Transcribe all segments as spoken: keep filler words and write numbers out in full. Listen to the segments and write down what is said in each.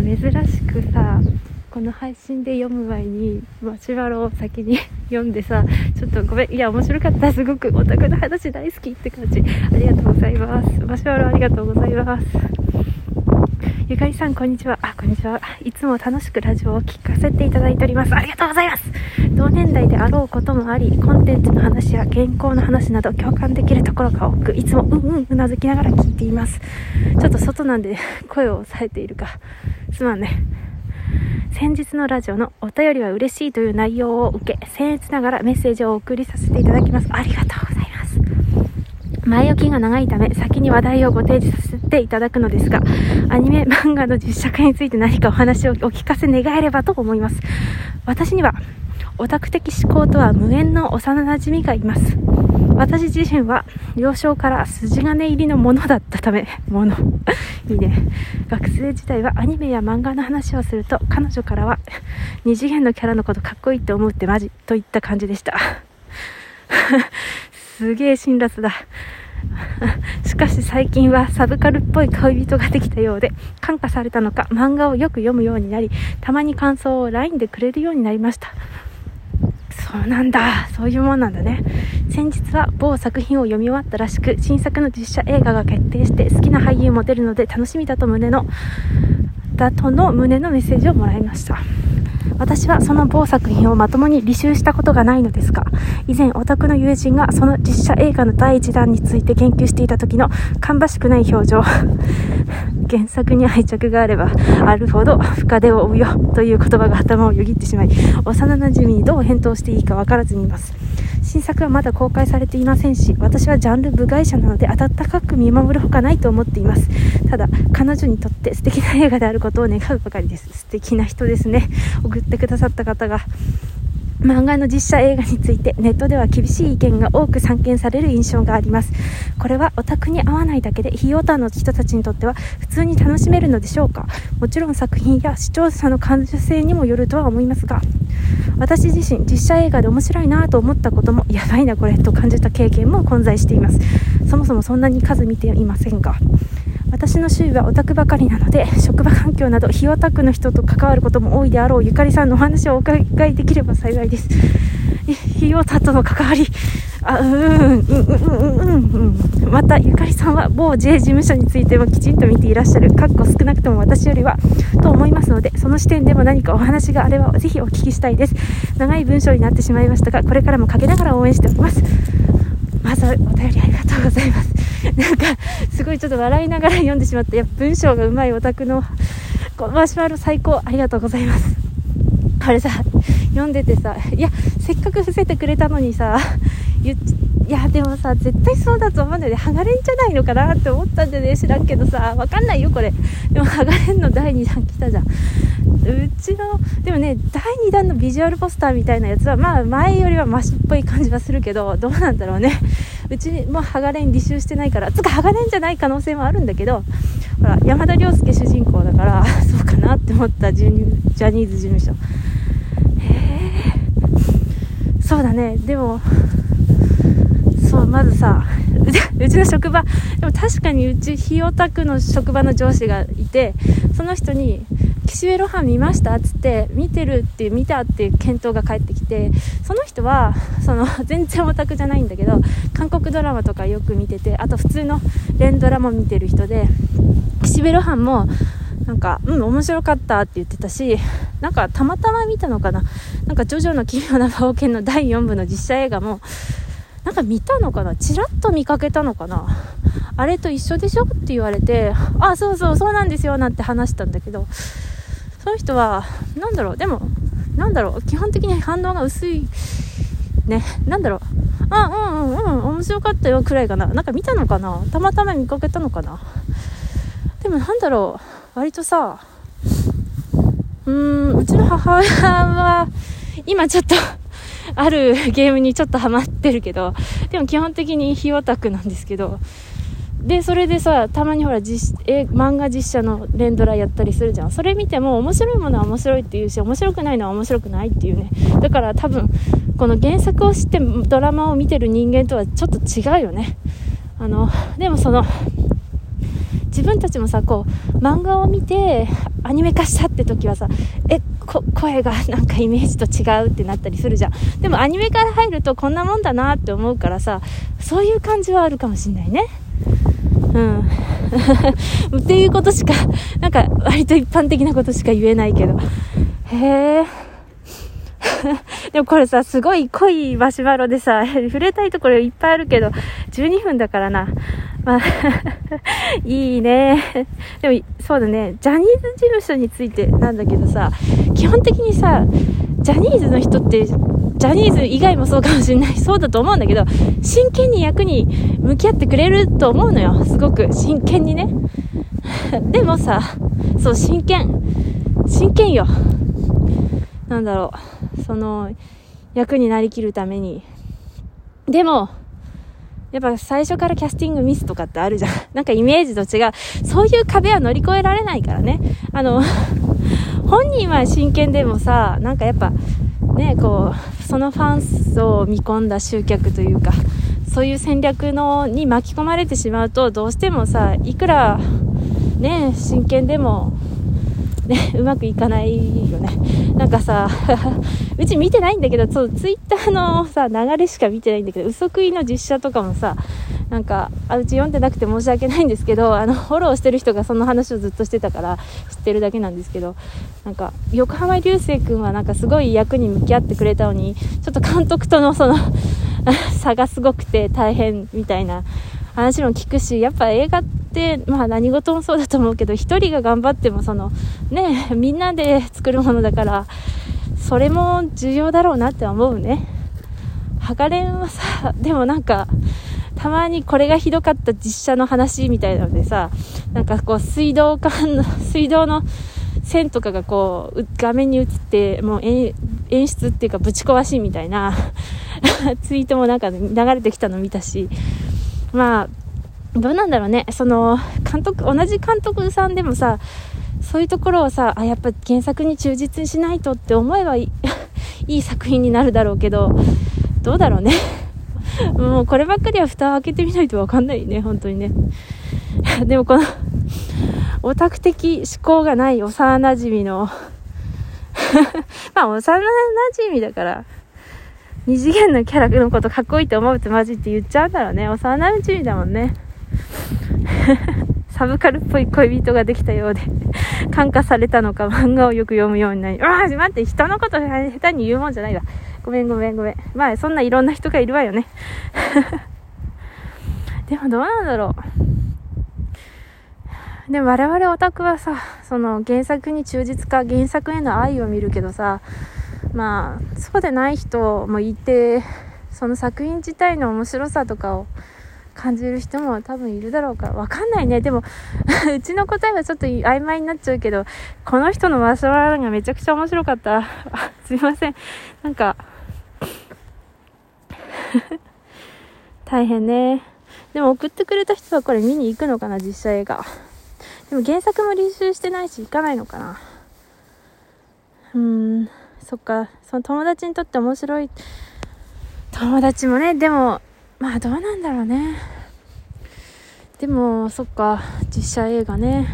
珍しくさ、この配信で読む前にマシュマロを先に読んでさ、ちょっとごめん、いや面白かった、すごくオタクの話大好きって感じ。ありがとうございます。マシュマロありがとうございます。ゆかりさんこんにちは。あ、こんにちは。いつも楽しくラジオを聞かせていただいております。ありがとうございます。同年代であろうこともあり、コンテンツの話や原稿の話など共感できるところが多く、いつもうんうんうなずきながら聞いています。ちょっと外なんで声を抑えているかすまんね。先日のラジオのお便りは嬉しいという内容を受け、僭越ながらメッセージを送りさせていただきます。ありがとうございます。前置きが長いため先に話題をご提示させていただくのですが、アニメ漫画の実写化について何かお話をお聞かせ願えればと思います。私にはオタク的思考とは無縁の幼馴染がいます。私自身は幼少から筋金入りのものだったため、ものいいね。学生時代はアニメや漫画の話をすると、彼女からは二次元のキャラのことかっこいいって思うってマジといった感じでしたすげえ辛辣だしかし最近はサブカルっぽい恋人ができたようで、感化されたのか漫画をよく読むようになり、たまに感想を ライン でくれるようになりました。そうなんだ、そういうもんなんだね。先日は某作品を読み終わったらしく、新作の実写映画が決定して好きな俳優も出るので楽しみだと胸のだとの胸のメッセージをもらいました。私はその某作品をまともに履修したことがないのですが、以前オタクの友人がその実写映画の第一弾について言及していた時の芳しくない表情原作に愛着があればあるほど深手を負うよという言葉が頭をよぎってしまい、幼馴染にどう返答していいか分からずにいます。新作はまだ公開されていませんし、私はジャンル部外者なので温かく見守るほかないと思っています。ただ彼女にとって素敵な映画であることを願うばかりです。素敵な人ですね。送ってくださった方が。漫画の実写映画についてネットでは厳しい意見が多く散見される印象があります。これはオタクに合わないだけで非オタの人たちにとっては普通に楽しめるのでしょうか。もちろん作品や視聴者の感受性にもよるとは思いますが、私自身実写映画で面白いなと思ったことも、やばいなこれと感じた経験も混在しています。そもそもそんなに数見ていませんが、私の周囲はオタクばかりなので、職場環境など非オタクの人と関わることも多いであろうゆかりさんのお話をお伺いできれば幸いです。非オタとの関わり、あうーんうんうんうんうんまたゆかりさんは某 J 事務所についてもきちんと見ていらっしゃる、かっこ少なくとも私よりはと思いますので、その視点でも何かお話があればぜひお聞きしたいです。長い文章になってしまいましたが、これからもかけながら応援しております。まずはお便りありがとうございますなんかすごいちょっと笑いながら読んでしまって、やっぱ文章がうまいオタクのマシュマロ最高、ありがとうございます。あれさ、読んでてさ、いやせっかく伏せてくれたのにさ、言っいやでもさ絶対そうだと思うんだよね。剥がれんじゃないのかなって思ったんでね、知らんけどさ、わかんないよこれ。でも剥がれんのだいにだん来たじゃん。うちのでもね、だいにだんのビジュアルポスターみたいなやつはまあ前よりはマシっぽい感じはするけど、どうなんだろうね。うちも剥がれん履修してないから、つか剥がれんじゃない可能性もあるんだけど、ほら山田涼介主人公だからそうかなって思ったジャニーズ事務所。へえ、そうだね。でもそうまずさうちの職場でも確かにうち非オタクの職場の上司がいて、その人に岸辺露伴見ましたっつって、見てるって見たっていう検討が返ってきて、その人はその全然オタクじゃないんだけど韓国ドラマとかよく見てて、あと普通の連ドラも見てる人で、岸辺露伴もなんかうん面白かったって言ってたし、なんかたまたま見たのかな、なんかジョジョの奇妙な冒険のだいよんぶの実写映画もなんか見たのかな、チラッと見かけたのかな、あれと一緒でしょって言われて、あそうそうそうなんですよなんて話したんだけど、その人はなんだろう、でもなんだろう、基本的に反応が薄いね。なんだろう、あうんうんうん面白かったよくらいかな、なんか見たのかな、たまたま見かけたのかな。でもなんだろう、割とさ、うーんうちの母親は今ちょっとあるゲームにちょっとハマってるけど、でも基本的に非オタクなんですけど、でそれでさ、たまにほら実え漫画実写の連ドラやったりするじゃん。それ見ても面白いものは面白いって言うし、面白くないのは面白くないっていうね。だから多分この原作を知ってドラマを見てる人間とはちょっと違うよね。あのでもその自分たちもさ、こう漫画を見てアニメ化したって時はさ、えこ声がなんかイメージと違うってなったりするじゃん。でもアニメから入るとこんなもんだなって思うからさ、そういう感じはあるかもしんないね。うんっていうことしか、なんか割と一般的なことしか言えないけど、へーでもこれさ、すごい濃いマシュマロでさ、触れたいところいっぱいあるけどじゅうにふんだからな。まあいいね。でもそうだね、ジャニーズ事務所についてなんだけどさ、基本的にさ、ジャニーズの人ってジャニーズ以外もそうかもしれない、そうだと思うんだけど、真剣に役に向き合ってくれると思うのよ。すごく真剣にねでもさ、そう真剣真剣よ。なんだろう、その役になりきるために。でもやっぱ最初からキャスティングミスとかってあるじゃん。なんかイメージと違う、そういう壁は乗り越えられないからね。あの本人は真剣でもさ、なんかやっぱね、こうそのファン層を見込んだ集客というか、そういう戦略のに巻き込まれてしまうと、どうしてもさ、いくらね真剣でもね、うまくいかないよね。なんかさうち見てないんだけど、そうツイッターのさ流れしか見てないんだけど、嘘食いの実写とかもさ、なんかあうち読んでなくて申し訳ないんですけど、あのフォローしてる人がその話をずっとしてたから知ってるだけなんですけど、なんか横浜流星くんはなんかすごい役に向き合ってくれたのに、ちょっと監督とのその差がすごくて大変みたいな話も聞くし、やっぱ映画ってまあ何事もそうだと思うけど、一人が頑張ってもそのね、みんなで作るものだから、それも重要だろうなって思うね。ハガレンはさ、でもなんかたまにこれがひどかった実写の話みたいなのでさ、なんかこう水道管の水道の線とかがこう画面に映って、もう演出っていうかぶち壊しみたいなツイートもなんか流れてきたの見たし、まあどうなんだろうね。その監督、同じ監督さんでもさ、そういうところをさ、あ、やっぱ原作に忠実にしないとって思えばいい, いい作品になるだろうけど、どうだろうねもうこればっかりは蓋を開けてみないと分かんないね、本当にねでもこのオタク的思考がない幼馴染のまあ幼馴染だから二次元のキャラのことかっこいいと思うってマジって言っちゃうんだろうね。幼馴染だもんねサブカルっぽい恋人ができたようで感化されたのか、漫画をよく読むようになり、あー待って、人のこと下手に言うもんじゃないわ、ごめんごめんごめん。まあそんないろんな人がいるわよねでもどうなんだろう。でも我々オタクはさ、その原作に忠実か原作への愛を見るけどさ、まあそうでない人もいて、その作品自体の面白さとかを感じる人も多分いるだろうから、わかんないね。でもうちの答えはちょっと曖昧になっちゃうけど、この人のマシュマロがめちゃくちゃ面白かったすいません、なんか大変ね。でも送ってくれた人はこれ見に行くのかな、実写映画。でも原作も履修してないし行かないのかな。うーん、そっか。その友達にとって面白い友達もね、でもまあどうなんだろうね。でもそっか、実写映画ね。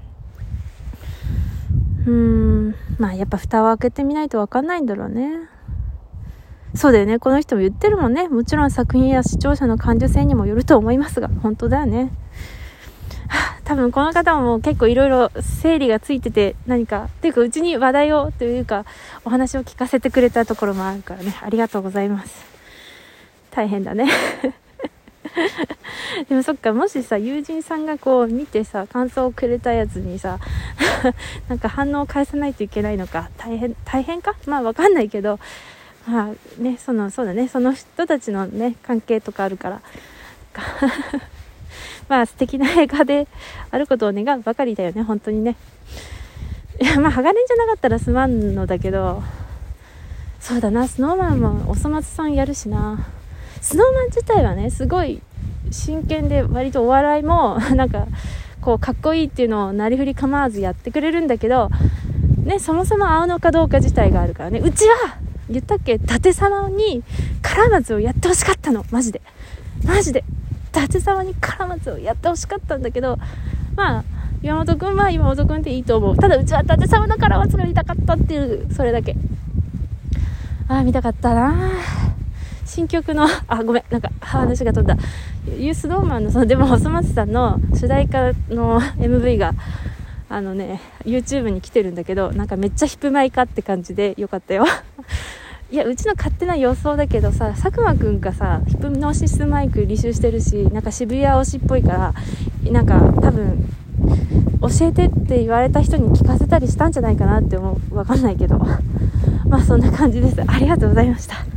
うーん、まあやっぱ蓋を開けてみないと分かんないんだろうね。そうだよね、この人も言ってるもんね。もちろん作品や視聴者の感受性にもよると思いますが、本当だよね。はあ、多分この方も結構いろいろ整理がついてて、何かっていうかうちに話題をというかお話を聞かせてくれたところもあるからね、ありがとうございます。大変だねでもそっか、もしさ友人さんがこう見てさ感想をくれたやつにさなんか反応を返さないといけないのか、大変大変か、まあわかんないけど、まあね、そのそうだね、その人たちのね関係とかあるからまあ素敵な映画であることを願うばかりだよね、本当にね。いや、まあハガレンじゃなかったらすまんのだけど、そうだな、スノーマンもおそ松さんやるしな。スノーマン自体はねすごい真剣で、割とお笑いもなんかこうかっこいいっていうのをなりふり構わずやってくれるんだけどね、そもそも合うのかどうか自体があるからね。うちは言ったっけ、舘様にカラマツをやってほしかったの、マジでマジで舘様にカラマツをやってほしかったんだけど、まあ岩本くんは岩本くんっていいと思う。ただうちはだってサウナからは作りたかったっていう、それだけ。ああ、見たかったな。新曲の、あ、ごめん、なんか話が飛んだ。ユースドーマンの、その、でも細松さんの主題歌の エムブイ が、あのね、YouTube に来てるんだけど、なんかめっちゃヒップマイかって感じでよかったよ。いや、うちの勝手な予想だけどさ、佐久間くんがさ、ヒプノシスマイク履修してるし、なんか渋谷推しっぽいから、なんか多分、教えてって言われた人に聞かせたりしたんじゃないかなって思う。わかんないけど。まあそんな感じです。ありがとうございました。